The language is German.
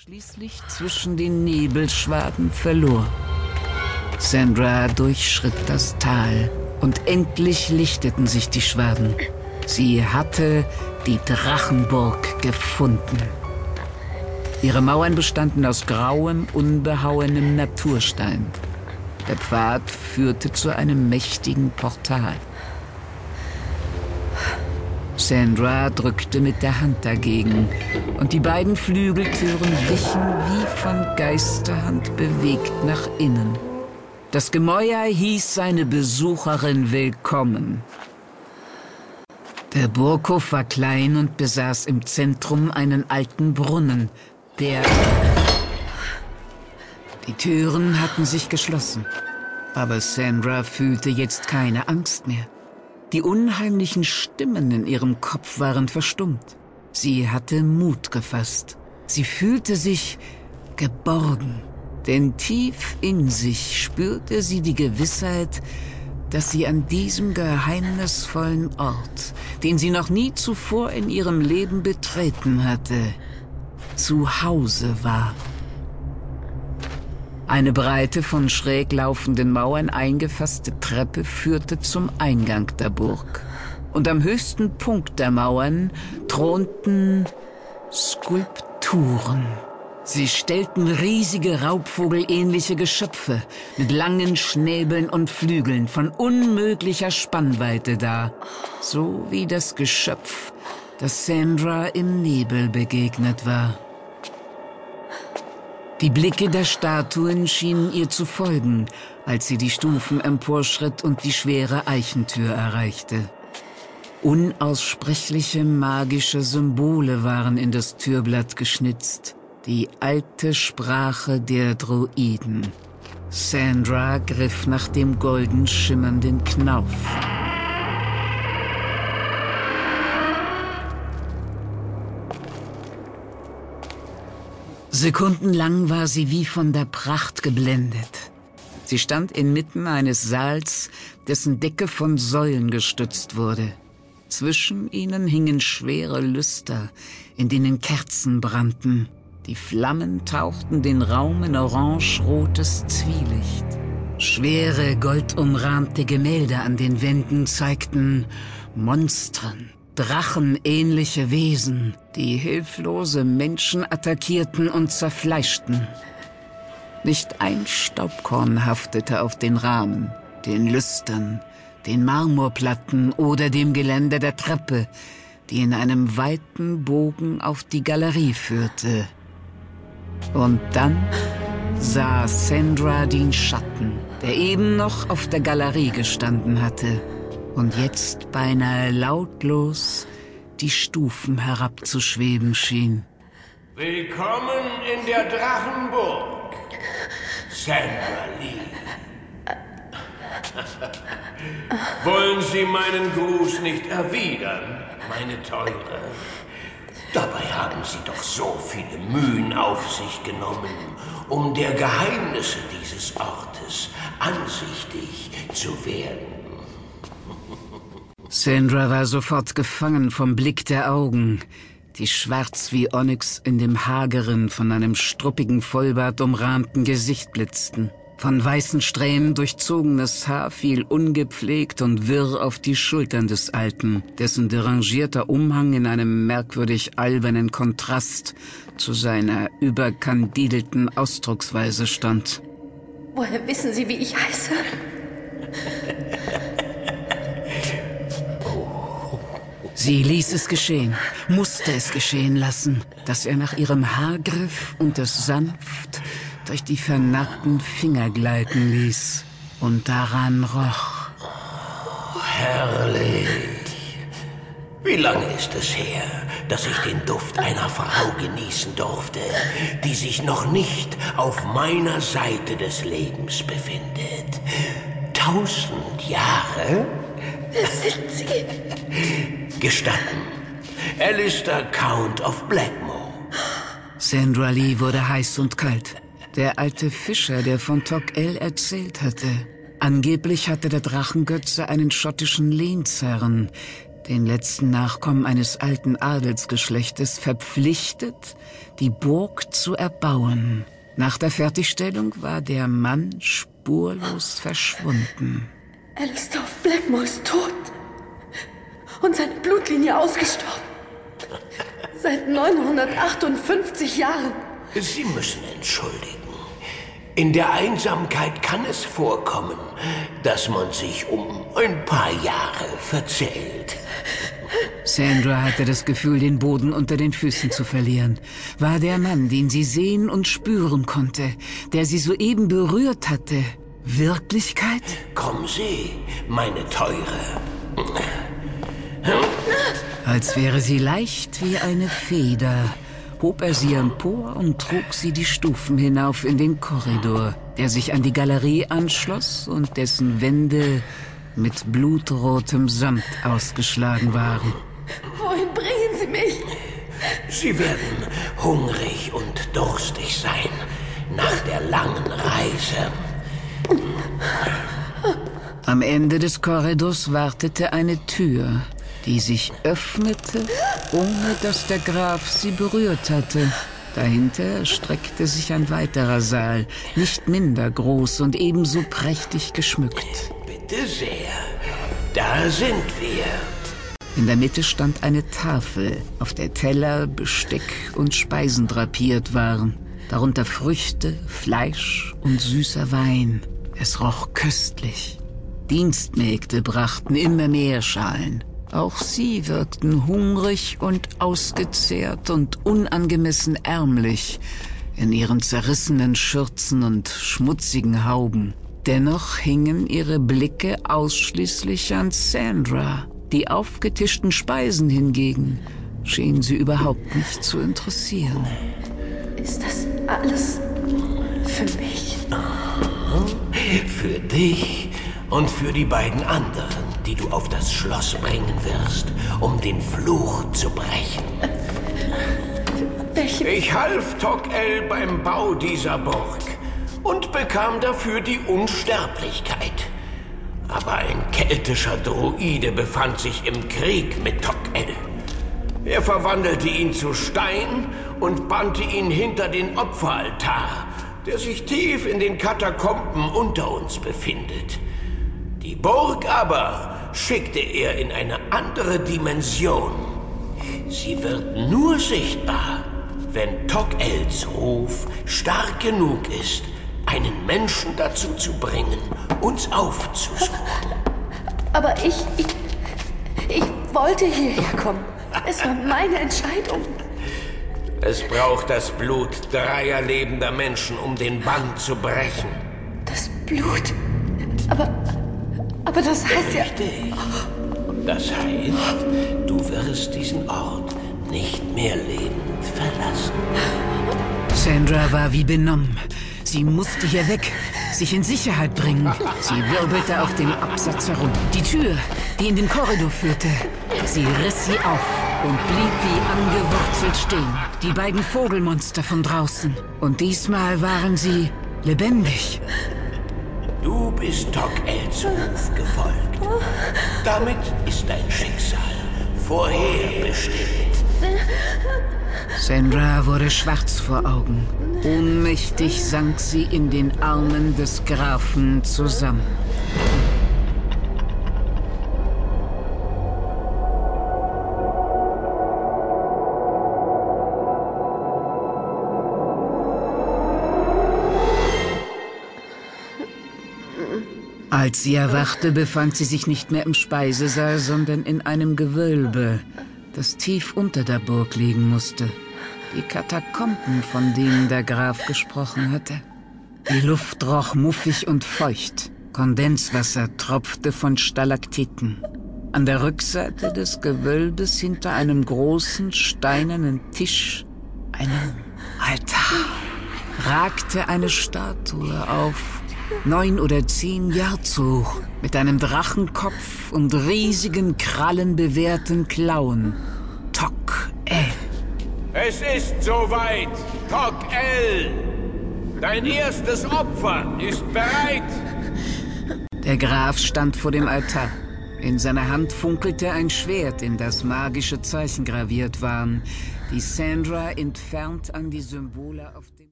schließlich zwischen den Nebelschwaden verlor. Sandra durchschritt das Tal und endlich lichteten sich die Schwaden. Sie hatte die Drachenburg gefunden. Ihre Mauern bestanden aus grauem, unbehauenem Naturstein. Der Pfad führte zu einem mächtigen Portal. Sandra drückte mit der Hand dagegen und die beiden Flügeltüren wichen wie von Geisterhand bewegt nach innen. Das Gemäuer hieß seine Besucherin willkommen. Der Burghof war klein und besaß im Zentrum einen alten Brunnen, Die Türen hatten sich geschlossen, aber Sandra fühlte jetzt keine Angst mehr. Die unheimlichen Stimmen in ihrem Kopf waren verstummt. Sie hatte Mut gefasst. Sie fühlte sich geborgen, denn tief in sich spürte sie die Gewissheit, dass sie an diesem geheimnisvollen Ort, den sie noch nie zuvor in ihrem Leben betreten hatte, zu Hause war. Eine breite, von schräg laufenden Mauern eingefasste Treppe führte zum Eingang der Burg. Und am höchsten Punkt der Mauern thronten Skulpturen. Sie stellten riesige raubvogelähnliche Geschöpfe mit langen Schnäbeln und Flügeln von unmöglicher Spannweite dar, so wie das Geschöpf, das Sandra im Nebel begegnet war. Die Blicke der Statuen schienen ihr zu folgen, als sie die Stufen emporschritt und die schwere Eichentür erreichte. Unaussprechliche magische Symbole waren in das Türblatt geschnitzt. Die alte Sprache der Druiden. Sandra griff nach dem golden schimmernden Knauf. Sekundenlang war sie wie von der Pracht geblendet. Sie stand inmitten eines Saals, dessen Decke von Säulen gestützt wurde. Zwischen ihnen hingen schwere Lüster, in denen Kerzen brannten. Die Flammen tauchten den Raum in orange-rotes Zwielicht. Schwere, goldumrahmte Gemälde an den Wänden zeigten Monstern, drachenähnliche Wesen, die hilflose Menschen attackierten und zerfleischten. Nicht ein Staubkorn haftete auf den Rahmen, den Lüstern, den Marmorplatten oder dem Geländer der Treppe, die in einem weiten Bogen auf die Galerie führte. Und dann sah Sandra den Schatten, der eben noch auf der Galerie gestanden hatte und jetzt beinahe lautlos die Stufen herabzuschweben schien. Willkommen in der Drachenburg, Sandra Lee. Wollen Sie meinen Gruß nicht erwidern, meine Teure? Dabei haben Sie doch so viele Mühen auf sich genommen, um der Geheimnisse dieses Ortes ansichtig zu werden. Sandra war sofort gefangen vom Blick der Augen, die schwarz wie Onyx in dem hageren, von einem struppigen Vollbart umrahmten Gesicht blitzten. Von weißen Strähnen durchzogenes Haar fiel ungepflegt und wirr auf die Schultern des Alten, dessen derangierter Umhang in einem merkwürdig albernen Kontrast zu seiner überkandidelten Ausdrucksweise stand. Woher wissen Sie, wie ich heiße? Sie ließ es geschehen, musste es geschehen lassen, dass er nach ihrem Haar griff und es sanft durch die vernarbten Finger gleiten ließ und daran roch. Herrlich. Wie lange ist es her, dass ich den Duft einer Frau genießen durfte, die sich noch nicht auf meiner Seite des Lebens befindet? 1000 Jahre? Wer sind Sie? Gestatten. Alistair, Count of Blackmore. Sandra Lee wurde heiß und kalt. Der alte Fischer, der von Tok El erzählt hatte. Angeblich hatte der Drachengötze einen schottischen Lehnsherrn, den letzten Nachkommen eines alten Adelsgeschlechtes, verpflichtet, die Burg zu erbauen. Nach der Fertigstellung war der Mann spurlos verschwunden. Alistair Blackmore ist tot und seine Blutlinie ausgestorben. Seit 958 Jahren. Sie müssen entschuldigen. In der Einsamkeit kann es vorkommen, dass man sich um ein paar Jahre verzählt. Sandra hatte das Gefühl, den Boden unter den Füßen zu verlieren. War der Mann, den sie sehen und spüren konnte, der sie soeben berührt hatte, Wirklichkeit? Kommen Sie, meine Teure. Als wäre sie leicht wie eine Feder, hob er sie empor und trug sie die Stufen hinauf in den Korridor, der sich an die Galerie anschloss und dessen Wände mit blutrotem Samt ausgeschlagen waren. Wohin bringen Sie mich? Sie werden hungrig und durstig sein nach der langen Reise. Am Ende des Korridors wartete eine Tür, die sich öffnete, ohne dass der Graf sie berührt hatte. Dahinter erstreckte sich ein weiterer Saal, nicht minder groß und ebenso prächtig geschmückt. Bitte sehr, da sind wir. In der Mitte stand eine Tafel, auf der Teller, Besteck und Speisen drapiert waren. Darunter Früchte, Fleisch und süßer Wein. Es roch köstlich. Dienstmägde brachten immer mehr Schalen. Auch sie wirkten hungrig und ausgezehrt und unangemessen ärmlich in ihren zerrissenen Schürzen und schmutzigen Hauben. Dennoch hingen ihre Blicke ausschließlich an Sandra. Die aufgetischten Speisen hingegen schienen sie überhaupt nicht zu interessieren. Ist das alles für mich? Für dich und für die beiden anderen, die du auf das Schloss bringen wirst, um den Fluch zu brechen. Welche? Ich half Tok-El beim Bau dieser Burg und bekam dafür die Unsterblichkeit. Aber ein keltischer Druide befand sich im Krieg mit Tok-El. Er verwandelte ihn zu Stein und bannte ihn hinter den Opferaltar, der sich tief in den Katakomben unter uns befindet. Die Burg aber schickte er in eine andere Dimension. Sie wird nur sichtbar, wenn Tok-Els Ruf stark genug ist, einen Menschen dazu zu bringen, uns aufzusuchen. Aber ich wollte hierher kommen. Es war meine Entscheidung. Es braucht das Blut 3 lebender Menschen, um den Bann zu brechen. Das Blut. Aber das heißt ja... Richtig. Das heißt, du wirst diesen Ort nicht mehr lebend verlassen. Sandra war wie benommen. Sie musste hier weg, sich in Sicherheit bringen. Sie wirbelte auf dem Absatz herum. Die Tür, die in den Korridor führte, sie riss sie auf und blieb wie angewurzelt stehen. Die beiden Vogelmonster von draußen. Und diesmal waren sie lebendig. Du bist Tok-Els Ruf gefolgt. Damit ist dein Schicksal vorherbestimmt. Sandra wurde schwarz vor Augen. Ohnmächtig sank sie in den Armen des Grafen zusammen. Als sie erwachte, befand sie sich nicht mehr im Speisesaal, sondern in einem Gewölbe, das tief unter der Burg liegen musste. Die Katakomben, von denen der Graf gesprochen hatte. Die Luft roch muffig und feucht. Kondenswasser tropfte von Stalaktiten. An der Rückseite des Gewölbes hinter einem großen steinernen Tisch, einem Altar, ragte eine Statue auf, 9 oder 10 Yards hoch, mit einem Drachenkopf und riesigen krallenbewehrten Klauen. Tok-El. Es ist soweit, Tok-El! Dein erstes Opfer ist bereit! Der Graf stand vor dem Altar. In seiner Hand funkelte ein Schwert, in das magische Zeichen graviert waren, die Sandra entfernt an die Symbole auf